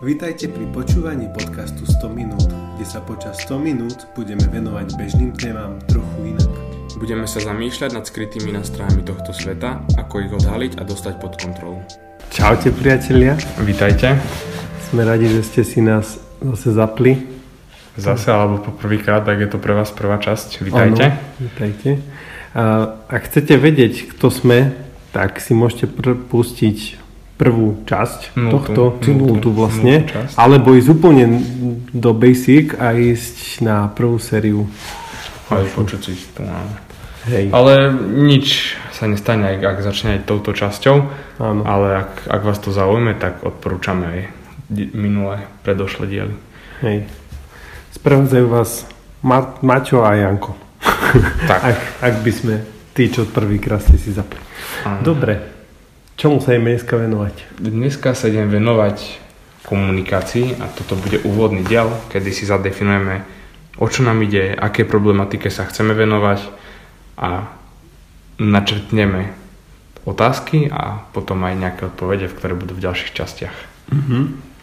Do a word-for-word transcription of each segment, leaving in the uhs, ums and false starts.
Vítajte pri počúvaní podcastu sto minút, kde sa počas sto minút budeme venovať bežným témam trochu inak. Budeme sa zamýšľať nad skrytými nástrojami tohto sveta, ako ich odhaliť a dostať pod kontrolu. Čaute priatelia. Vítajte. Sme radi, že ste si nás zase zapli. Zase, alebo poprvýkrát, tak je to pre vás prvá časť. Vítajte. Ono, vítajte. A ak chcete vedieť, kto sme, tak si môžete pr- pustiť prvú časť nultu, tohto, či nultu vlastne, nultu alebo ísť úplne do basic a ísť na prvú sériu. Ale počuť si to máme. Hej. Ale nič sa nestane, ak začne aj touto časťou. Áno. Ale ak, ak vás to zaujme, tak odporúčame aj minulé, predošlé diely. Hej. Sprevádzajú vás Ma- Maťo a Janko. Tak. ak, ak by sme tí, čo prvýkrát ste si zapli. Áno. Dobre. Čomu sa ideme dneska venovať? Dneska sa idem venovať komunikácii a toto bude úvodný diel, kedy si zadefinujeme, o čo nám ide, aké problematike sa chceme venovať a načrtneme otázky a potom aj nejaké odpovede, ktoré budú v ďalších častiach. Mm-hmm.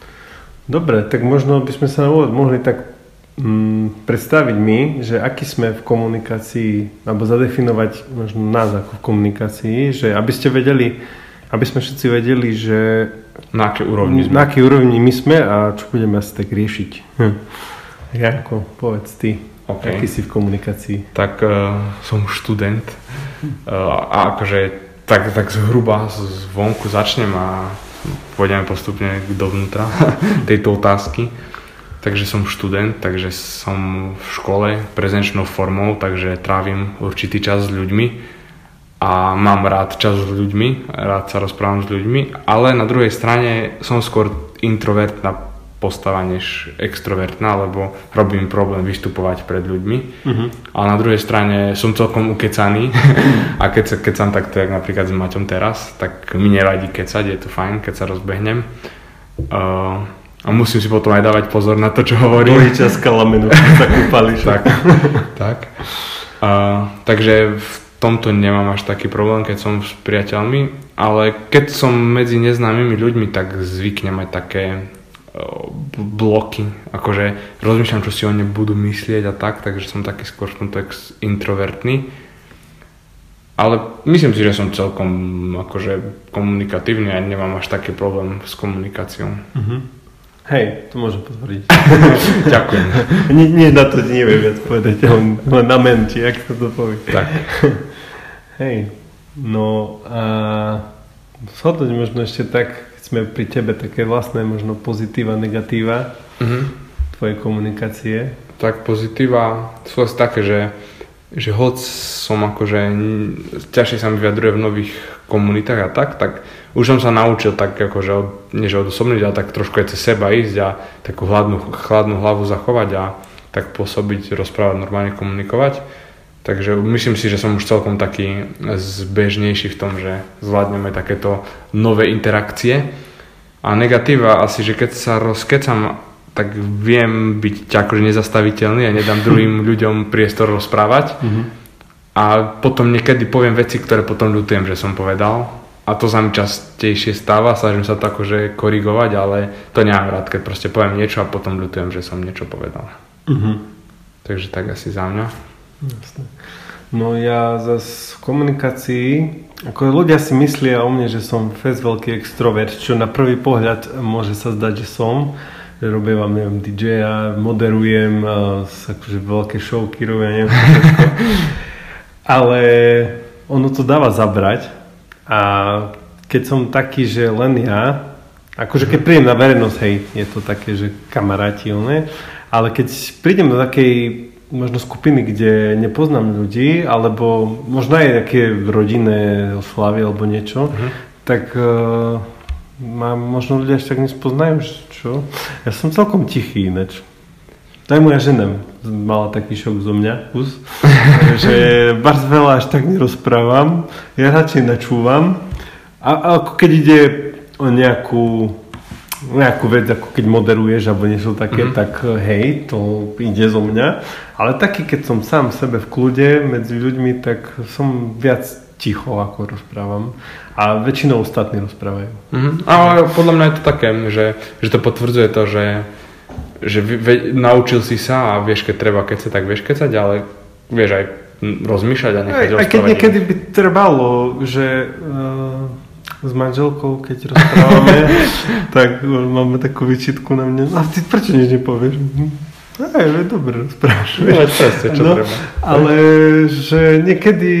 Dobre, tak možno by sme sa na úvod mohli tak mm, predstaviť my, že aký sme v komunikácii, alebo zadefinovať možno nás ako v komunikácii, že aby ste vedeli, aby sme všetci vedeli, že na akej úrovni sme. Na akej úrovni my sme a čo budeme asi tak riešiť. Hm. Janko, povedz ty, okay. Aký si v komunikácii? Tak uh, som študent uh, a akože tak, tak zhruba zvonku začnem a pôjdeme postupne dovnútra tejto otázky. Takže som študent, takže som v škole prezenčnou formou, takže trávim určitý čas s ľuďmi. A mám rád čas s ľuďmi, rád sa rozprávam s ľuďmi, ale na druhej strane som skôr introvertná postava než extrovertná, lebo robím problém vystupovať pred ľuďmi. Uh-huh. Ale na druhej strane som celkom ukecaný a keď sa kecam takto, jak napríklad s Maťom teraz, tak mi nevadí kecať, je to fajn, keď sa rozbehnem. Uh, a musím si potom aj dávať pozor na to, čo hovorím. Dlhý čas kalamenu, sa kúpališ. tak, tak. Uh, takže v tomto nemám až taký problém, keď som s priateľmi, ale keď som medzi neznámymi ľuďmi, tak zvyknem mať také uh, bloky, akože rozmýšľam, čo si o ne budú myslieť a tak, takže som taký skôr v tomto introvertný. Ale myslím si, že som celkom akože komunikatívny a nemám až taký problém s komunikáciou. Uh-huh. Hej, to môžem potvrdiť. Ďakujem. Nie, nie, na to neviem viac povedať, len na menti, jak sa to povie. Tak. Hej, no a shodnúť možno ešte tak, keď sme pri tebe také vlastné možno pozitíva, negatíva uh-huh. tvojej komunikácie. Tak pozitíva sú asi také, že, že hoď som akože ťažšie sa mi vyjadruje v nových komunitách a tak, tak už som sa naučil tak akože od, nie že odosobniť, ale tak trošku aj cez seba ísť a takú hladnú, chladnú hlavu zachovať a tak pôsobiť, rozprávať, normálne komunikovať. Takže myslím si, že som už celkom taký zbežnejší v tom, že zvládneme takéto nové interakcie. A negatíva asi, že keď sa rozkecam, tak viem byť akože nezastaviteľný a nedám druhým ľuďom priestor rozprávať. Mm-hmm. A potom niekedy poviem veci, ktoré potom ľutujem, že som povedal. A to sa mi častejšie stáva, snažím sa to akože korigovať, ale to nemám rád, keď proste poviem niečo a potom ľutujem, že som niečo povedal. Mm-hmm. Takže tak asi za mňa. Jasne. No ja zase v komunikácii, ako ľudia si myslia o mne, že som fest veľký extrovert, čo na prvý pohľad môže sa zdať, že som, že robím vám, neviem, dý džeja, moderujem, akože veľké showky robia, neviem, ale ono to dáva zabrať a keď som taký, že len ja, akože keď prídem na verejnosť, hej, je to také, že kamarátilné, ale keď prídem do takej možno skupiny, kde nepoznám ľudí, alebo možno aj také rodinné oslavy alebo niečo, uh-huh. tak uh, ma možno ľudia až tak nespoznajú, čo? Ja som celkom tichý ináč. Aj moja žena mala taký šok zo mňa, kus, že bardzo veľa až tak nerozprávam, ja radšej načúvam a, a ako keď ide o nejakú nejakú vec, ako keď moderuješ alebo niečo také, mm-hmm. tak hej, to ide zo mňa. Ale taký, keď som sám v sebe v kľude medzi ľuďmi, tak som viac ticho, ako rozprávam. A väčšinou ostatní rozprávajú. Mm-hmm. Ale podľa mňa je to také, že, že to potvrdzuje to, že, že ve, naučil si sa a vieš, keď treba kecať, tak vieš kecať, ale vieš aj rozmýšľať a nechať aj, rozprávať. Aj keď niekedy by trebalo, že uh, s manželkou, keď rozprávame, tak máme takú výčitku na mňa. A ty prečo nič nepovieš? Aj, dobre rozprávaš. No, presne, čo no, treba. Ale že niekedy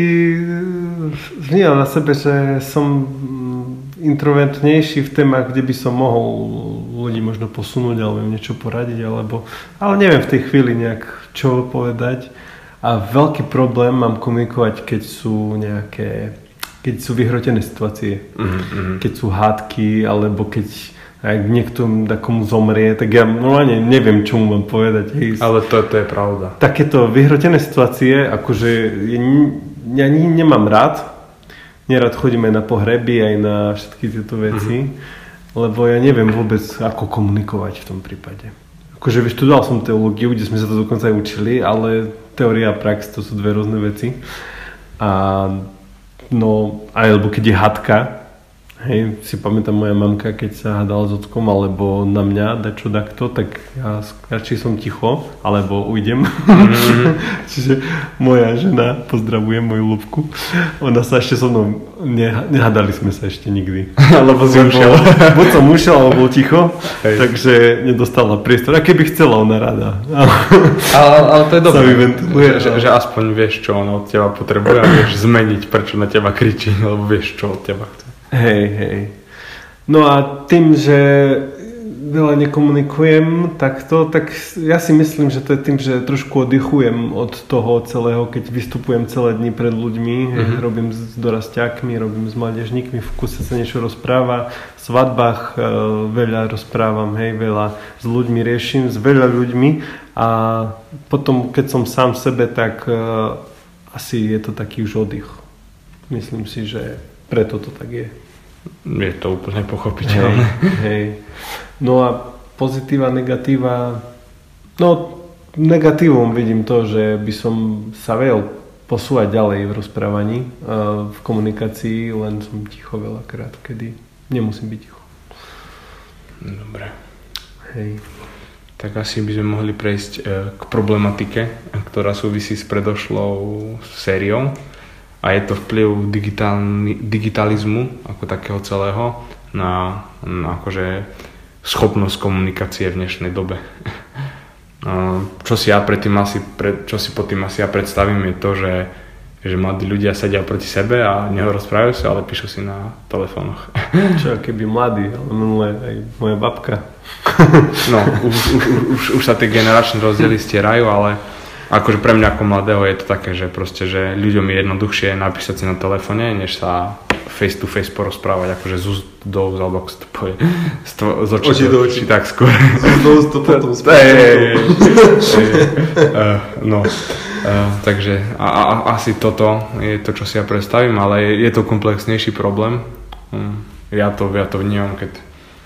vnímam na sebe, že som introvertnejší v témach, kde by som mohol ľudí možno posunúť alebo im niečo poradiť, alebo, ale neviem v tej chvíli nejak čo povedať. A veľký problém mám komunikovať, keď sú nejaké, keď sú vyhrotené situácie. Mm-hmm. Keď sú hádky, alebo keď ak niekto takomu zomrie, tak ja normálne neviem, čo mu mám povedať. Hej. Ale to, to je pravda. Takéto vyhrotené situácie, akože ja nemám rád. Nerad chodím aj na pohreby, aj na všetky tieto veci, mm-hmm. lebo ja neviem vôbec, ako komunikovať v tom prípade. Akože vyštudoval som teológiu, kde sme sa to dokonca aj učili, ale teória a prax to sú dve rôzne veci. A no, alebo keď je hadka, hej, si pamätám moja mamka, keď sa hádala s ockom, alebo na mňa dačo takto, tak ja radšej som ticho, alebo ujdem. Mm-hmm. Čiže moja žena, pozdravujem moju Ľubku, ona sa ešte so mnou, nehádali sme sa ešte nikdy. Alebo si ušiel. Buď som ušiel, alebo bol ticho, hej. Takže nedostala priestor. A keby chcela, ona rada. Ale, ale to je dobré, že, že, ale... že aspoň vieš, čo ona od teba potrebuje a vieš zmeniť, prečo na teba kričí, lebo vieš, čo od teba chce. Hej, hej. No a tým, že veľa nekomunikujem takto, tak ja si myslím, že to je tým, že trošku oddychujem od toho celého, keď vystupujem celé dni pred ľuďmi, mm-hmm. hej, robím s dorasťákmi, robím s mládežníkmi, v kuse sa niečo rozpráva, v svadbách e, veľa rozprávam, hej, veľa s ľuďmi riešim, s veľa ľuďmi a potom, keď som sám v sebe, tak e, asi je to taký už oddych. Myslím si, že preto to tak je. Je to úplne pochopiteľné. Hej, hej. No a pozitíva, negatíva. No, negatívom vidím to, že by som sa vedel posúvať ďalej v rozprávaní, v komunikácii, len som ticho veľakrát, kedy nemusím byť ticho. Dobre. Hej. Tak asi by sme mohli prejsť k problematike, ktorá súvisí s predošlou sériou. A je to vplyv digitalizmu ako takého celého na, na akože schopnosť komunikácie v dnešnej dobe. Čo si ja predtým asi, čo si pod tým asi ja predstavím je to, že, že mladí ľudia sedia proti sebe a nerozprávajú sa, ale píšu si na telefónoch. Čo keby mladí, ale minulé aj moja babka. No, už, už, už, už sa tie generačné rozdiely stierajú, ale akože pre mňa ako mladého je to také, že proste, že ľuďom je jednoduchšie napísať si na telefóne, než sa face to face porozprávať, akože z úst do úst, alebo ako sa to povie, z očí, oči do očí, tak skôr. Z do úst to potom spôsobom. No, uh, takže a, a, asi toto je to, čo si ja predstavím, ale je, je to komplexnejší problém. Um, ja to, ja to vnímam, keď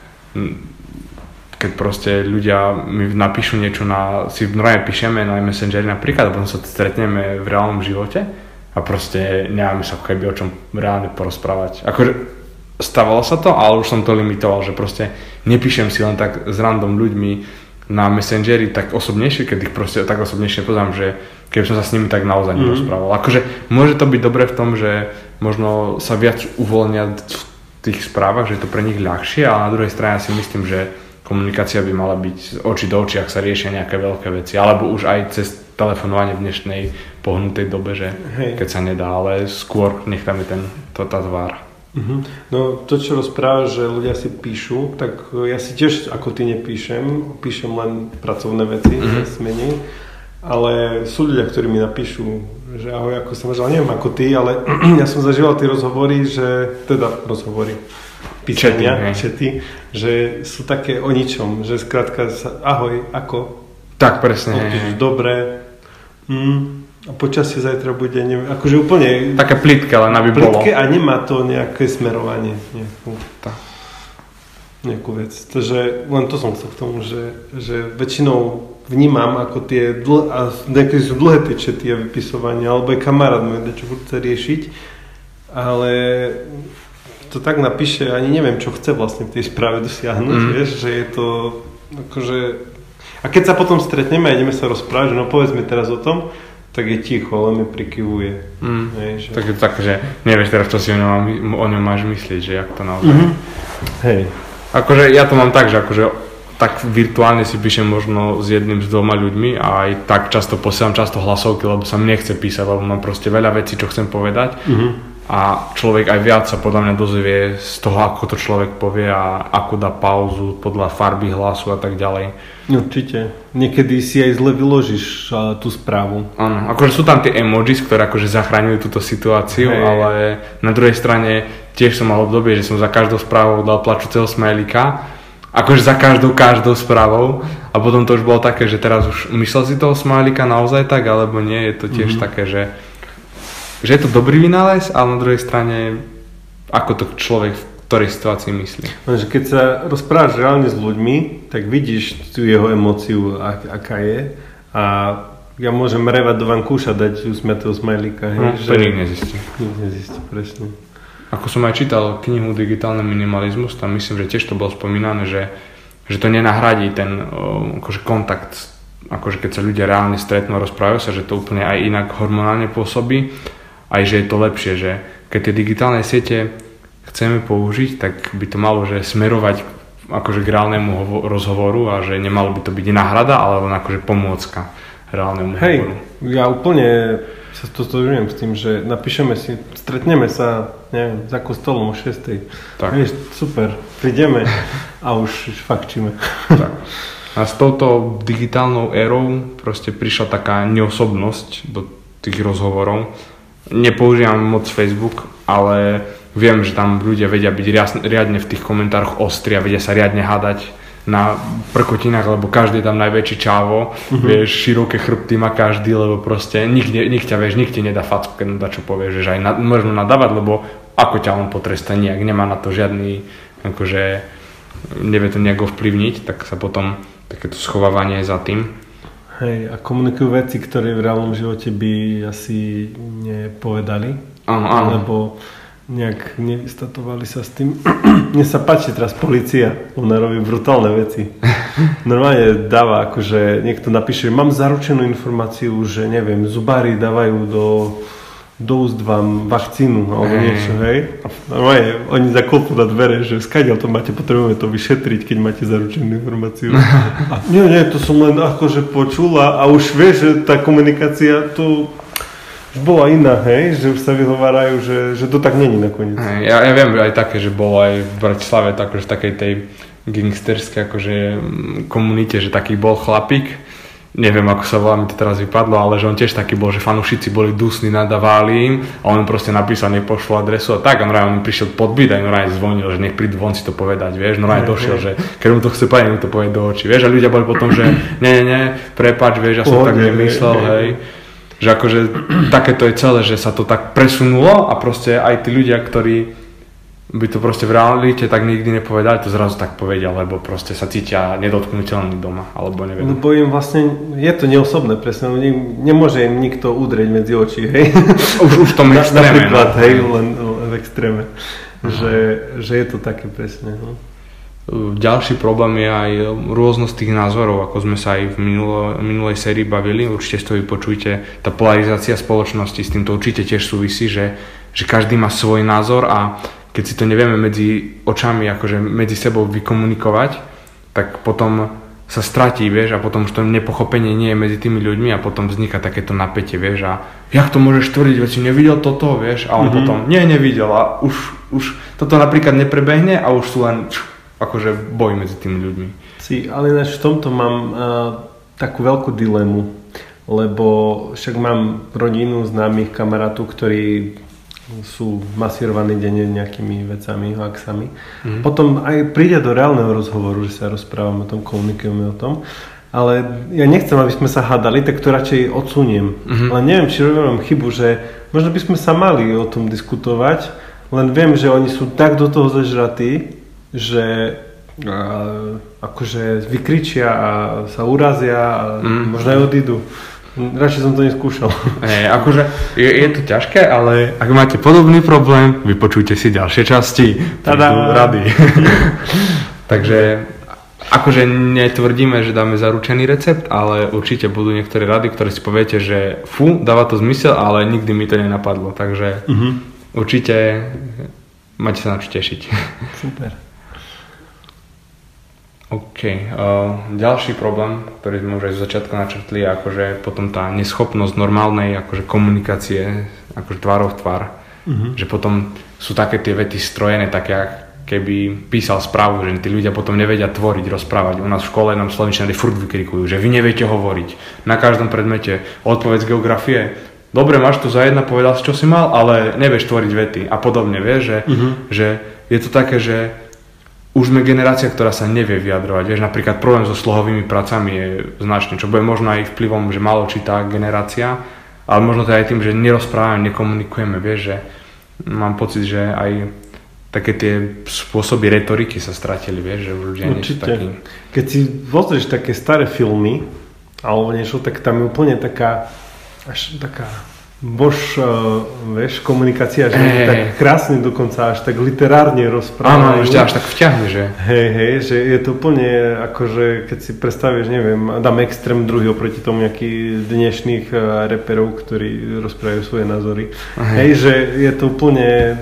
keď proste ľudia mi napíšu niečo na, si normálne píšeme na Messengeri napríklad, a potom sa stretneme v reálnom živote a proste nemáme sa keby o čom reálne porozprávať. Akože stávalo sa to, ale už som to limitoval, že proste nepíšem si len tak s random ľuďmi na Messengeri tak osobnejšie, keď ich proste tak osobnejšie poznám, že keby som sa s nimi tak naozaj mm. nerozprával. Akože môže to byť dobré v tom, že možno sa viac uvoľnia v tých správach, že je to pre nich ľahšie, ale na druhej strane si myslím, že komunikácia by mala byť z očí do očí, ak sa riešia nejaké veľké veci, alebo už aj cez telefonovanie v dnešnej pohnutej dobe, že hej. Keď sa nedá, ale skôr nech tam je ten, to, tá tvár. Uh-huh. No to, čo rozprávaš, že ľudia si píšu, tak ja si tiež ako ty nepíšem, píšem len pracovné veci, uh-huh. menej, ale sú ľudia, ktorí mi napíšu, že ahoj, ako sa máš, neviem ako ty, ale ja som zažíval tie rozhovory, že, teda rozhovory, písania, čety, že sú také o ničom, že skrátka sa, ahoj, ako? Tak, presne. Odpíšeš, dobre, mm, a počasie zajtra bude, neviem, akože úplne... Také plitké, len aby bolo. Plitké a nemá to nejaké smerovanie, nejakú, tá. nejakú vec. Takže len to som chcel k tomu, že, že väčšinou vnímam, ako tie, dl- a niekedy sú dlhé tie čety a vypisovania, alebo aj kamarát môj, čo chce riešiť, ale to tak napíše, ani neviem, čo chce vlastne v tej správe dosiahnuť, mm. vieš, že je to akože... A keď sa potom stretneme a ideme sa rozprávať, že no povedz mi teraz o tom, tak je ticho, ale mi prikyvuje. Mm. Hej, že... Tak je to tak, že nevieš teraz, čo si o ňom, o ňom máš myslieť, že jak to naozaj. Mm-hmm. Hej. Akože ja to mám tak, že akože tak virtuálne si píšem možno s jedným, s dvoma ľuďmi a aj tak často posielam často hlasovky, lebo sa mi nechce písať, lebo mám proste veľa vecí, čo chcem povedať. Mm-hmm. A človek aj viac sa podľa mňa dozvie z toho, ako to človek povie a ako dá pauzu podľa farby hlasu a tak ďalej. Určite. Niekedy si aj zle vyložíš uh, tú správu. Áno, akože sú tam tie emojis, ktoré akože zachraňujú túto situáciu, hey. Ale na druhej strane tiež som mal obdobie, že som za každou správou dal plačúceho smajlíka. Akože za každou, každou správou. A potom to už bolo také, že teraz už myslel si toho smajlíka naozaj tak, alebo nie. Je to tiež mm-hmm. také, že že je to dobrý vynález, ale na druhej strane ako to človek v ktorej situácii myslí. Keď sa rozprávaš reálne s ľuďmi, tak vidíš tú jeho emóciu, ak, aká je. A ja môžem revať do vankúša, dať usmiatého smajlíka. No, že... to nikto nezistí. Nikto nezistí, presne. Ako som aj čítal knihu Digitálny minimalizmus, tam myslím, že tiež to bolo spomínané, že, že to nenahradí ten akože kontakt, akože keď sa ľudia reálne stretnú a rozprávajú sa, že to úplne aj inak hormonálne pôsobí. Aj že je to lepšie, že keď tie digitálne siete chceme použiť, tak by to malo že smerovať akože k reálnemu hovo- rozhovoru a že nemalo by to byť náhrada, ale len akože pomôcka reálnemu Hej, hovoru. Ja úplne sa stotožňujem s tým, že napíšeme si, stretneme sa, neviem, za kostolom o šiestej. Tak. Vieš, super, prídeme a už fakčíme. Tak. A s touto digitálnou érou proste prišla taká neosobnosť do tých rozhovorov. Nepoužívam moc Facebook, ale viem, že tam ľudia vedia byť riadne v tých komentároch ostri a vedia sa riadne hádať na prkotinách, lebo každý je tam najväčší čávo, uh-huh. vieš, široké chrbty má každý, lebo proste nik, nik ťa, vieš, nik ti nedá facku, keď na čo povieš, že aj na, možno nadávať, lebo ako ťa on potrestá nejak, nemá na to žiadny, akože nevie to nejak ovplyvniť, tak sa potom takéto schovávanie za tým. Hej, a komunikujú veci, ktoré v reálnom živote by asi nepovedali. Áno, áno. Alebo nejak nevystatovali sa s tým. Mne sa páči teraz polícia, ona robí brutálne veci. Normálne dáva, akože niekto napíše, mám zaručenú informáciu, že neviem, zubári dávajú do, do úst vám vakcínu alebo hey. niečo, hej. A normálne oni zaklopú na dvere, že skadiaľ to máte, potrebujeme to vyšetriť, keď máte zaručenú informáciu. A nie, nie, to som len akože počula a už vieš, že tá komunikácia tu bola iná, hej, že už sa vyhovárajú, že, že to tak není nakoniec. Hey, ja, ja viem aj také, že bolo aj v Bratislave akože v takej tej gangsterskej akože komunite, že taký bol chlapík, neviem ako sa volá, mi to teraz vypadlo, ale že on tiež taký bol, že fanúšici boli dusní, nadávali im a on proste napísal, nech pošlu adresu a tak a normálne on prišiel podbyť a normálne zvonil, že nech prídu von si to povedať, vieš, normálne došiel, že keď mu to chce povedať, mu to povedať do očí, vieš, a ľudia boli potom, že nie, nie, nie, prepáč, vieš, ja som tak nemyslel, hej. Že akože takéto je celé, že sa to tak presunulo a proste aj tí ľudia, ktorí by to proste v realite tak nikdy nepovedali, to zrazu tak povedia, lebo proste sa cítia nedotknuteľní doma, alebo neviem. Lebo im vlastne, je to neosobné presne, nemôže im nikto udrieť medzi oči, hej. Už, už v tom extréme. Napríklad, no. hej, len, len v extréme, uh-huh. že, že je to také presne, no. Ďalší problém je aj rôznosť tých názorov, ako sme sa aj v minulo, minulej sérii bavili, určite si to vypočujte, tá polarizácia spoločnosti s týmto určite tiež súvisí, že, že každý má svoj názor a keď si to nevieme medzi očami, akože medzi sebou vykomunikovať, tak potom sa stratí, vieš, a potom už to nepochopenie nie je medzi tými ľuďmi a potom vzniká takéto napätie, vieš, a jak to môžeš tvrdiť, veď si nevidel toto, vieš, a on mm-hmm. potom, nie, nevidel a už, už toto napríklad neprebehne a už sú len akože boj medzi tými ľuďmi. Si, ale ináč v tomto mám uh, takú veľkú dilemu, lebo však mám rodinu známych kamarátov, ktorí sú masírovaní denne nejakými vecami, hoaxami. Mm-hmm. Potom aj príde do reálneho rozhovoru, že sa rozprávame o tom, komunikujeme o tom, ale ja nechcem, aby sme sa hádali, tak to radšej odsuniem. Mm-hmm. Ale neviem, či robím chybu, že možno by sme sa mali o tom diskutovať, len viem, že oni sú tak do toho zažratí, že a, akože vykričia a sa urazia a mm. možno aj odídu. Radšej som to neskúšal. Hey, akože je, je to ťažké, ale ak máte podobný problém, vypočujte si ďalšie časti. Tada! Rady. Takže akože netvrdíme, že dáme zaručený recept, ale určite budú niektoré rady, ktoré si poviete, že fú, dáva to zmysel, ale nikdy mi to nenapadlo. Takže uh-huh. určite máte sa na čo tešiť. Super. OK. Uh, ďalší problém, ktorý sme už aj z začiatku načrtli, je akože potom tá neschopnosť normálnej akože komunikácie, akože tvárov v tvár. Uh-huh. Že potom sú také tie vety strojené, také keby písal správu, že tí ľudia potom nevedia tvoriť, rozprávať. U nás v škole nám slovenčania furt vykrikujú, že vy neviete hovoriť. Na každom predmete odpoveď z geografie. Dobre, máš to za jedna, povedal si, čo si mal, ale nevieš tvoriť vety a podobne, vieš, že, uh-huh. že je to také, že už sme generácia, ktorá sa nevie vyjadrovať. Vieš, napríklad problém so slohovými pracami je značný, čo bude možno aj vplyvom, že málo čítá generácia, ale možno to aj tým, že nerozprávame, nekomunikujeme, vieš, že mám pocit, že aj také tie spôsoby retoriky sa stratili, vieš, že ľudia nie sú takí. Keď si pozrieš také staré filmy, alebo niečo, tak tam je úplne taká, až taká bož, uh, vieš, komunikácia, že hey, tak krásne dokonca, až tak literárne rozprávajú. Áno, ešte až tak vťahne, že? Hej, hej, že je to úplne akože, keď si predstavíš, neviem, dám extrém druhý oproti tomu nejakých dnešných uh, reperov, ktorí rozprávajú svoje názory. Hej. hej, že je to úplne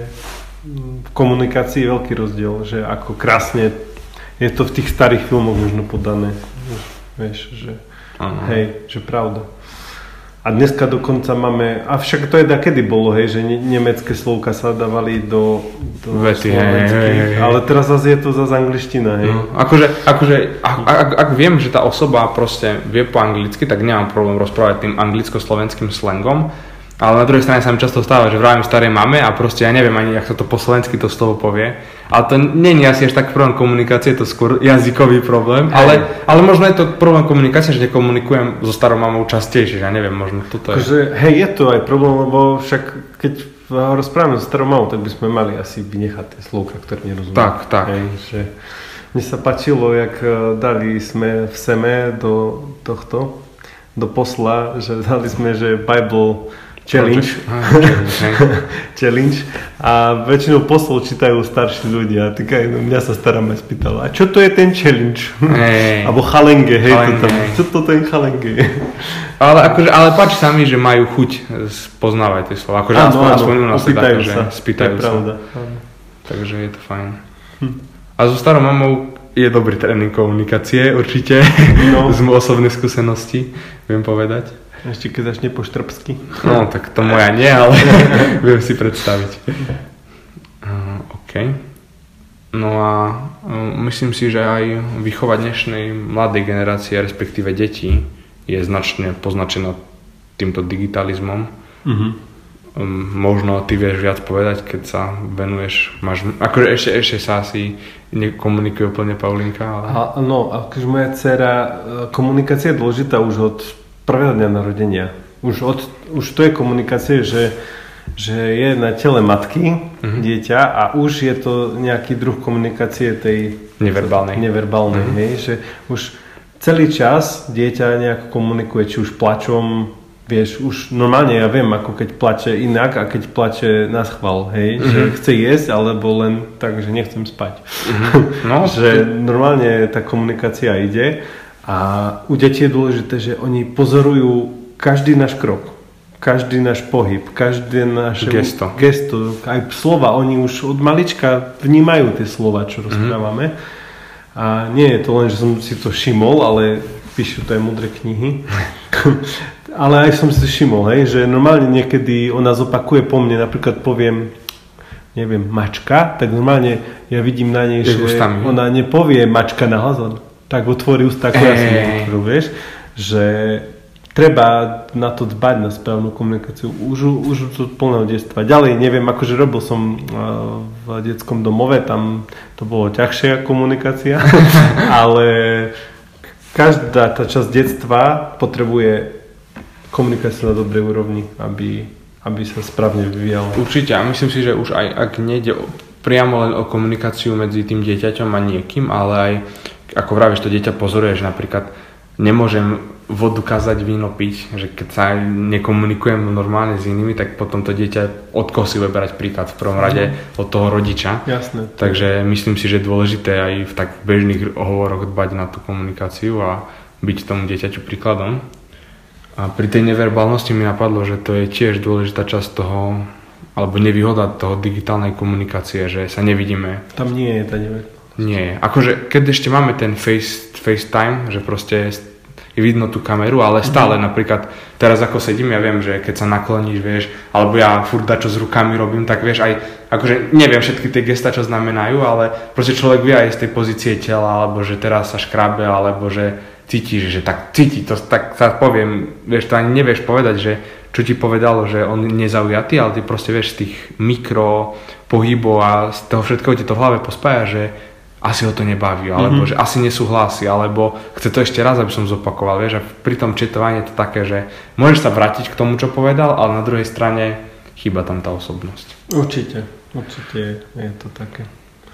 v komunikácii veľký rozdiel, že ako krásne je to v tých starých filmoch možno podané, vieš, že Aha. hej, že pravda. A dneska dokonca máme, a však to je da kedy bolo, hej, že ne, nemecké slovka sa dávali do, do vety, slovenských, ale teraz zase je to zase angličtina, hej. No, akože, akože ak, ak, ak viem, že tá osoba proste vie po anglicky, tak nemám problém rozprávať tým anglicko-slovenským slangom, ale na druhej strane sa mi často stáva, že vravím starej mame a proste ja neviem ani, jak sa to po slovensky to z toho povie. Ale to nie je asi až tak problém komunikácie, je to skôr jazykový problém. Ale, ale možno je to problém komunikácie, že nekomunikujem so starou mamou častejšie, že ja neviem, možno toto je. Že, hej, je to aj problém, lebo však keď rozprávame so starou mamou, tak by sme mali asi vynechať tie slovka, ktoré nerozumiem. Tak, tak. Hej, že mne sa páčilo, jak dali sme v Seme do tohto, do posla, že dali sme, že Bible Challenge. Challenge. A väčšinou poslov čítajú starší ľudia. Tak aj no, mňa sa stará ma spýtala, a čo to je ten challenge? Hey. Alebo chalenge, hej, chalenge. To tam. Čo to ten chalenge? Ale, akože, ale páči sa mi, že majú chuť poznávať tie slova. Akože áno, aspoň u nás sa také, že spýtajú sa. Pravda. Takže je to fajn. Hm. A so starou mamou je dobrý tréning komunikácie, určite. No. Z mojej osobnej skúsenosti, viem povedať. Ešte keď začne po štrbsky. No, tak to moja nie, ale viem si predstaviť. Uh, OK. No a uh, myslím si, že aj výchova dnešnej mladej generácie, respektíve detí, je značne poznačená týmto digitalizmom. Uh-huh. Um, možno ty vieš viac povedať, keď sa venuješ, máš, akože ešte, ešte sa asi nekomunikuje úplne Paulinka, ale... A, no, akože moja dcera, komunikácia je dôležitá už od prvého dňa narodenia. Už, od, už to je komunikácia, že, že je na tele matky uh-huh. dieťa a už je to nejaký druh komunikácie tej neverbálnej, neverbálnej uh-huh. hej, že už celý čas dieťa nejak komunikuje, či už plačom, vieš, už normálne ja viem, ako keď plače inak a keď plače na schvál, hej, uh-huh. že chce jesť, alebo len tak, že nechcem spať. Uh-huh. No, že normálne tá komunikácia ide. A u detí je dôležité, že oni pozorujú každý náš krok, každý náš pohyb, každé naše gesto. gesto, aj slova. Oni už od malička vnímajú tie slova, čo rozprávame. Mm-hmm. A nie je to len, že som si to všimol, ale píšu to aj múdre knihy. Ale aj som si to všimol, hej, že normálne niekedy ona zopakuje po mne, napríklad poviem, neviem, mačka, tak normálne ja vidím na nej, že ústami. Ona nepovie mačka na hlas, tak otvorí ústa, ako ja som otvoril, vieš, že treba na to dbať, na správnu komunikáciu už, už od plného detstva. Ďalej, neviem, akože robil som v detskom domove, tam to bolo ťažšia komunikácia, ale každá tá časť detstva potrebuje komunikáciu na dobrej úrovni, aby, aby sa správne vyvíjala. Určite, a myslím si, že už aj ak nejde priamo len o komunikáciu medzi tým dieťaťom a niekým, ale aj ako vravíš, to dieťa pozoruje, že napríklad nemôžem vodu kázať, víno piť, že keď sa nekomunikujem normálne s inými, tak potom to dieťa od koho si bude brať príklad v prvom rade od toho rodiča. Jasné. Takže myslím si, že je dôležité aj v tak bežných hovoroch dbať na tú komunikáciu a byť tomu dieťaťu príkladom. A pri tej neverbálnosti mi napadlo, že to je tiež dôležitá časť toho, alebo nevýhoda toho digitálnej komunikácie, že sa nevidíme. Tam nie je tá neverbálnosť. Nie je. Akože keď ešte máme ten face, FaceTime, že proste je vidno tú kameru, ale stále mm-hmm. napríklad teraz ako sedím, ja viem, že keď sa nakloníš, vieš, alebo ja furt dačo s rukami robím, tak vieš aj, akože neviem všetky tie gesta, čo znamenajú, ale proste človek vie aj z tej pozície tela, alebo že teraz sa škrabe, alebo že cítiš, že tak cíti, to tak sa poviem, vieš, to ani nevieš povedať, že čo ti povedalo, že on je nezaujatý, ale ty proste vieš z tých mikro pohybov a z toho všetkého ti to v hlave pospája, že asi ho to nebaví, alebo mm-hmm. že asi nesúhlasí, alebo chce to ešte raz, aby som zopakoval, vieš, a pri tom četovaní je to také, že môžeš sa vrátiť k tomu, čo povedal, ale na druhej strane chýba tam tá osobnosť. Určite, určite je, je to také.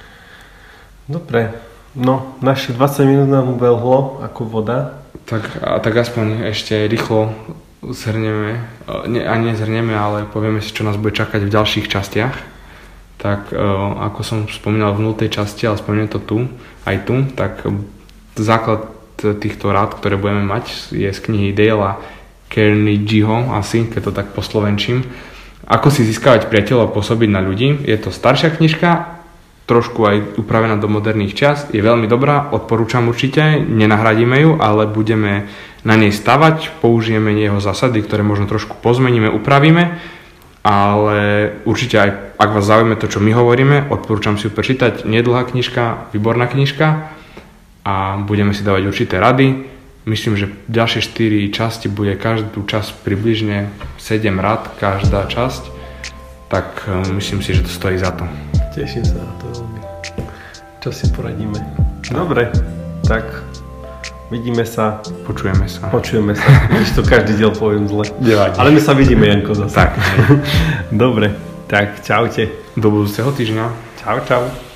Dobre, no, našich dvadsať minút nám ubehlo ako voda. Tak, a, tak aspoň ešte rýchlo zhrnieme, ne, ani nezhrnieme, ale povieme si, čo nás bude čakať v ďalších častiach. Tak ako som spomínal v nultej časti, ale spomínam to tu, aj tu, tak základ týchto rád, ktoré budeme mať, je z knihy Dale'a Carnegieho, asi, keď to tak poslovenčím. Ako si získavať priateľov a pôsobiť na ľudí. Je to staršia knižka, trošku aj upravená do moderných čias, je veľmi dobrá, odporúčam určite, nenahradíme ju, ale budeme na nej stavať, použijeme jeho zásady, ktoré možno trošku pozmeníme, upravíme. Ale určite aj, ak vás zaujíma to, čo my hovoríme, odporúčam si ju prečítať. Nedlhá knižka, výborná knižka a budeme si dávať určité rady. Myslím, že ďalšie štyri časti bude každú časť približne sedem rád, každá časť. Tak myslím si, že to stojí za to. Teším sa na to veľmi. Čo si poradíme? Dobre, tak vidíme sa. Počujeme sa. Počujeme sa. Když to každý diel poviem zle. Nevadí. Ale my sa vidíme, Janko, zase. Tak. Dobre, tak čaute. Do budúceho týždňa. Čau, čau.